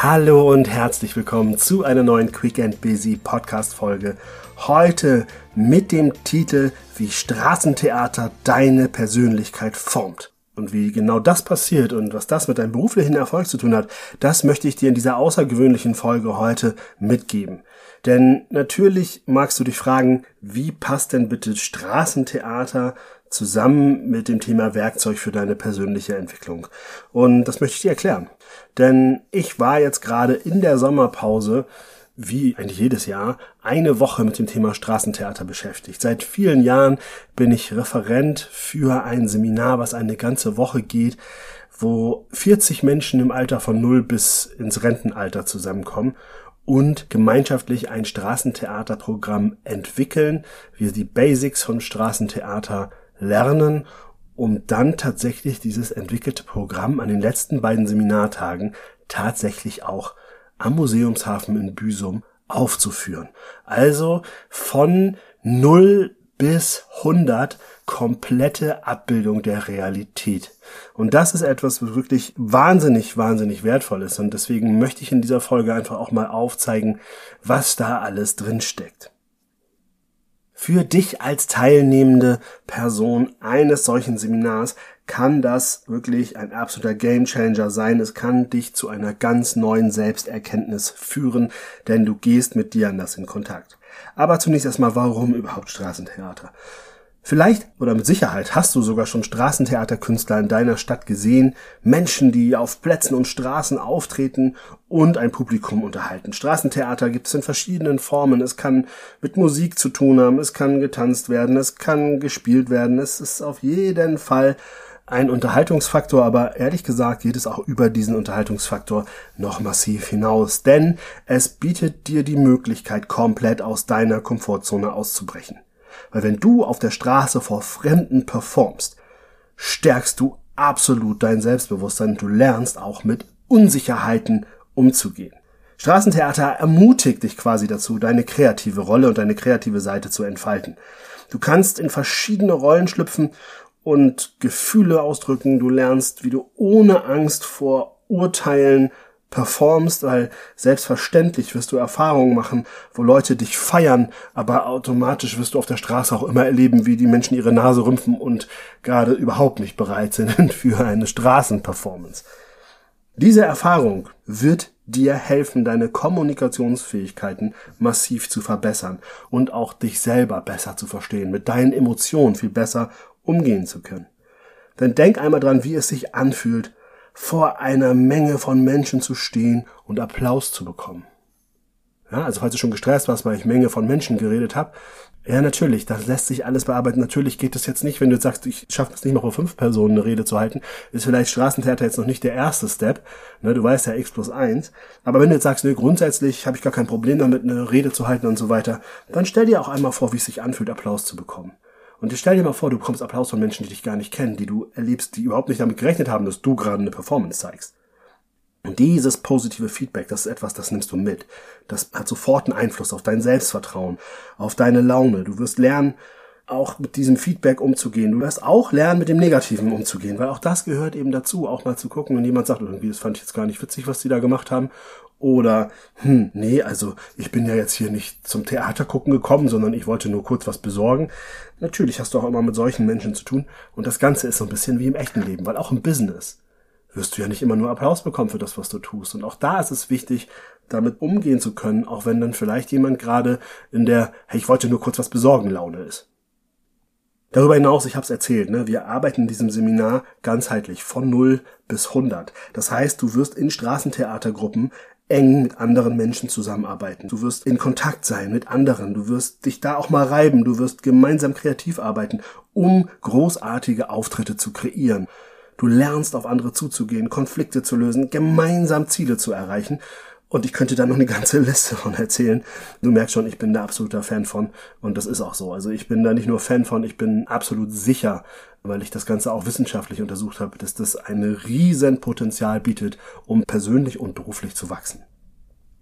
Hallo und herzlich willkommen zu einer neuen Quick and Busy Podcast-Folge. Heute mit dem Titel Wie Straßentheater deine Persönlichkeit formt. Und wie genau das passiert und was das mit deinem beruflichen Erfolg zu tun hat, das möchte ich dir in dieser außergewöhnlichen Folge heute mitgeben. Denn natürlich magst du dich fragen, wie passt denn bitte Straßentheater zusammen mit dem Thema Werkzeug für deine persönliche Entwicklung? Und das möchte ich dir erklären. Denn ich war jetzt gerade in der Sommerpause, wie eigentlich jedes Jahr, eine Woche mit dem Thema Straßentheater beschäftigt. Seit vielen Jahren bin ich Referent für ein Seminar, was eine ganze Woche geht, wo 40 Menschen im Alter von 0 bis ins Rentenalter zusammenkommen und gemeinschaftlich ein Straßentheaterprogramm entwickeln. Wir die Basics von Straßentheater lernen, um dann tatsächlich dieses entwickelte Programm an den letzten beiden Seminartagen tatsächlich auch am Museumshafen in Büsum aufzuführen. Also von 0 bis 100 komplette Abbildung der Realität. Und das ist etwas, was wirklich wahnsinnig wertvoll ist. Und deswegen möchte ich in dieser Folge einfach auch mal aufzeigen, was da alles drin steckt. Für dich als teilnehmende Person eines solchen Seminars kann das wirklich ein absoluter Gamechanger sein. Es kann dich zu einer ganz neuen Selbsterkenntnis führen, denn du gehst mit dir anders in Kontakt. Aber zunächst erstmal, warum überhaupt Straßentheater? Vielleicht oder mit Sicherheit hast du sogar schon Straßentheaterkünstler in deiner Stadt gesehen, Menschen, die auf Plätzen und Straßen auftreten und ein Publikum unterhalten. Straßentheater gibt es in verschiedenen Formen. Es kann mit Musik zu tun haben, es kann getanzt werden, es kann gespielt werden. Es ist auf jeden Fall ein Unterhaltungsfaktor, aber ehrlich gesagt geht es auch über diesen Unterhaltungsfaktor noch massiv hinaus, denn es bietet dir die Möglichkeit, komplett aus deiner Komfortzone auszubrechen. Weil wenn du auf der Straße vor Fremden performst, stärkst du absolut dein Selbstbewusstsein und du lernst auch mit Unsicherheiten umzugehen. Straßentheater ermutigt dich quasi dazu, deine kreative Rolle und deine kreative Seite zu entfalten. Du kannst in verschiedene Rollen schlüpfen und Gefühle ausdrücken. Du lernst, wie du ohne Angst vor Urteilen performst, weil selbstverständlich wirst du Erfahrungen machen, wo Leute dich feiern, aber automatisch wirst du auf der Straße auch immer erleben, wie die Menschen ihre Nase rümpfen und gerade überhaupt nicht bereit sind für eine Straßenperformance. Diese Erfahrung wird dir helfen, deine Kommunikationsfähigkeiten massiv zu verbessern und auch dich selber besser zu verstehen, mit deinen Emotionen viel besser umgehen zu können. Denn denk einmal dran, wie es sich anfühlt, vor einer Menge von Menschen zu stehen und Applaus zu bekommen. Ja, also falls du schon gestresst warst, weil ich Menge von Menschen geredet habe, ja natürlich, das lässt sich alles bearbeiten. Natürlich geht es jetzt nicht, wenn du jetzt sagst, ich schaffe es nicht mal vor 5 Personen eine Rede zu halten, ist vielleicht Straßentheater jetzt noch nicht der erste Step, ne, du weißt ja X+1, aber wenn du jetzt sagst, ne, grundsätzlich habe ich gar kein Problem damit, eine Rede zu halten und so weiter, dann stell dir auch einmal vor, wie es sich anfühlt, Applaus zu bekommen. Und stell dir mal vor, du bekommst Applaus von Menschen, die dich gar nicht kennen, die du erlebst, die überhaupt nicht damit gerechnet haben, dass du gerade eine Performance zeigst. Und dieses positive Feedback, das ist etwas, das nimmst du mit. Das hat sofort einen Einfluss auf dein Selbstvertrauen, auf deine Laune. Du wirst lernen, auch mit diesem Feedback umzugehen. Du wirst auch lernen, mit dem Negativen umzugehen, weil auch das gehört eben dazu, auch mal zu gucken, wenn jemand sagt, irgendwie, das fand ich jetzt gar nicht witzig, was die da gemacht haben. Oder, nee, also ich bin ja jetzt hier nicht zum Theater gucken gekommen, sondern ich wollte nur kurz was besorgen. Natürlich hast du auch immer mit solchen Menschen zu tun. Und das Ganze ist so ein bisschen wie im echten Leben, weil auch im Business wirst du ja nicht immer nur Applaus bekommen für das, was du tust. Und auch da ist es wichtig, damit umgehen zu können, auch wenn dann vielleicht jemand gerade in der, hey, ich wollte nur kurz was besorgen Laune ist. Darüber hinaus, ich habe es erzählt, ne, wir arbeiten in diesem Seminar ganzheitlich von 0 bis 100. Das heißt, du wirst in Straßentheatergruppen eng mit anderen Menschen zusammenarbeiten. Du wirst in Kontakt sein mit anderen. Du wirst dich da auch mal reiben. Du wirst gemeinsam kreativ arbeiten, um großartige Auftritte zu kreieren. Du lernst, auf andere zuzugehen, Konflikte zu lösen, gemeinsam Ziele zu erreichen. Und ich könnte da noch eine ganze Liste von erzählen. Du merkst schon, ich bin da absoluter Fan von. Und das ist auch so. Also ich bin da nicht nur Fan von, ich bin absolut sicher, weil ich das Ganze auch wissenschaftlich untersucht habe, dass das ein riesen Potenzial bietet, um persönlich und beruflich zu wachsen.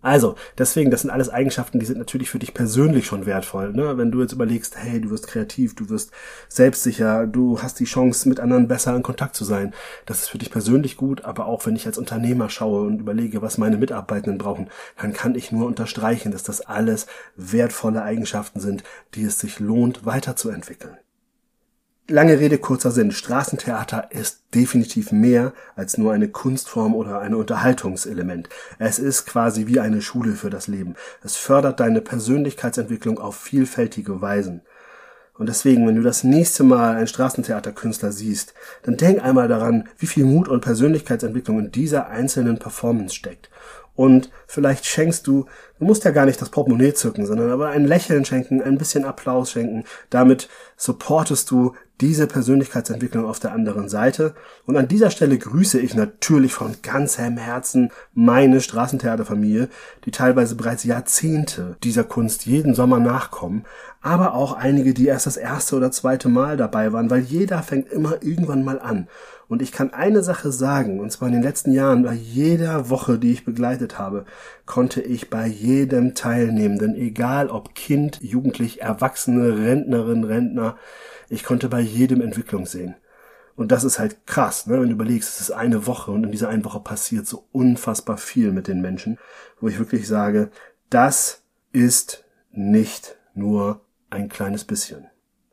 Also, deswegen, das sind alles Eigenschaften, die sind natürlich für dich persönlich schon wertvoll. Ne? Wenn du jetzt überlegst, hey, du wirst kreativ, du wirst selbstsicher, du hast die Chance, mit anderen besser in Kontakt zu sein. Das ist für dich persönlich gut, aber auch wenn ich als Unternehmer schaue und überlege, was meine Mitarbeitenden brauchen, dann kann ich nur unterstreichen, dass das alles wertvolle Eigenschaften sind, die es sich lohnt, weiterzuentwickeln. Lange Rede, kurzer Sinn. Straßentheater ist definitiv mehr als nur eine Kunstform oder ein Unterhaltungselement. Es ist quasi wie eine Schule für das Leben. Es fördert deine Persönlichkeitsentwicklung auf vielfältige Weisen. Und deswegen, wenn du das nächste Mal einen Straßentheaterkünstler siehst, dann denk einmal daran, wie viel Mut und Persönlichkeitsentwicklung in dieser einzelnen Performance steckt. Und vielleicht schenkst du musst ja gar nicht das Portemonnaie zücken, sondern aber ein Lächeln schenken, ein bisschen Applaus schenken. Damit supportest du diese Persönlichkeitsentwicklung auf der anderen Seite. Und an dieser Stelle grüße ich natürlich von ganzem Herzen meine Straßentheaterfamilie, die teilweise bereits Jahrzehnte dieser Kunst jeden Sommer nachkommen, aber auch einige, die erst das erste oder zweite Mal dabei waren, weil jeder fängt immer irgendwann mal an. Und ich kann eine Sache sagen, und zwar in den letzten Jahren, bei jeder Woche, die ich begleitet habe, konnte ich bei jedem Teilnehmenden, egal ob Kind, Jugendlich, Erwachsene, Rentnerin, Rentner, ich konnte bei jedem Entwicklung sehen. Und das ist halt krass, ne? Wenn du überlegst, es ist eine Woche und in dieser einen Woche passiert so unfassbar viel mit den Menschen, wo ich wirklich sage, das ist nicht nur ein kleines bisschen.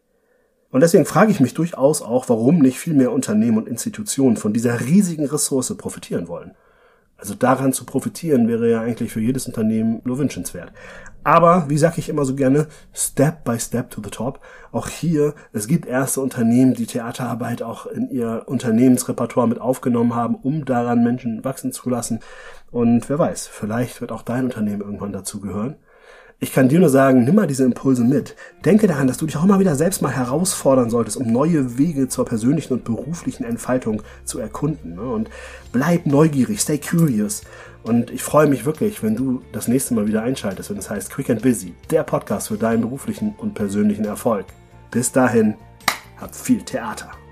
Und deswegen frage ich mich durchaus auch, warum nicht viel mehr Unternehmen und Institutionen von dieser riesigen Ressource profitieren wollen. Also daran zu profitieren wäre ja eigentlich für jedes Unternehmen nur wünschenswert. Aber, wie sage ich immer so gerne, Step by Step to the top. Auch hier, es gibt erste Unternehmen, die Theaterarbeit auch in ihr Unternehmensrepertoire mit aufgenommen haben, um daran Menschen wachsen zu lassen. Und wer weiß, vielleicht wird auch dein Unternehmen irgendwann dazugehören. Ich kann dir nur sagen, nimm mal diese Impulse mit. Denke daran, dass du dich auch immer wieder selbst mal herausfordern solltest, um neue Wege zur persönlichen und beruflichen Entfaltung zu erkunden. Und bleib neugierig, stay curious. Und ich freue mich wirklich, wenn du das nächste Mal wieder einschaltest, wenn es heißt Quick and Busy, der Podcast für deinen beruflichen und persönlichen Erfolg. Bis dahin, hab viel Theater.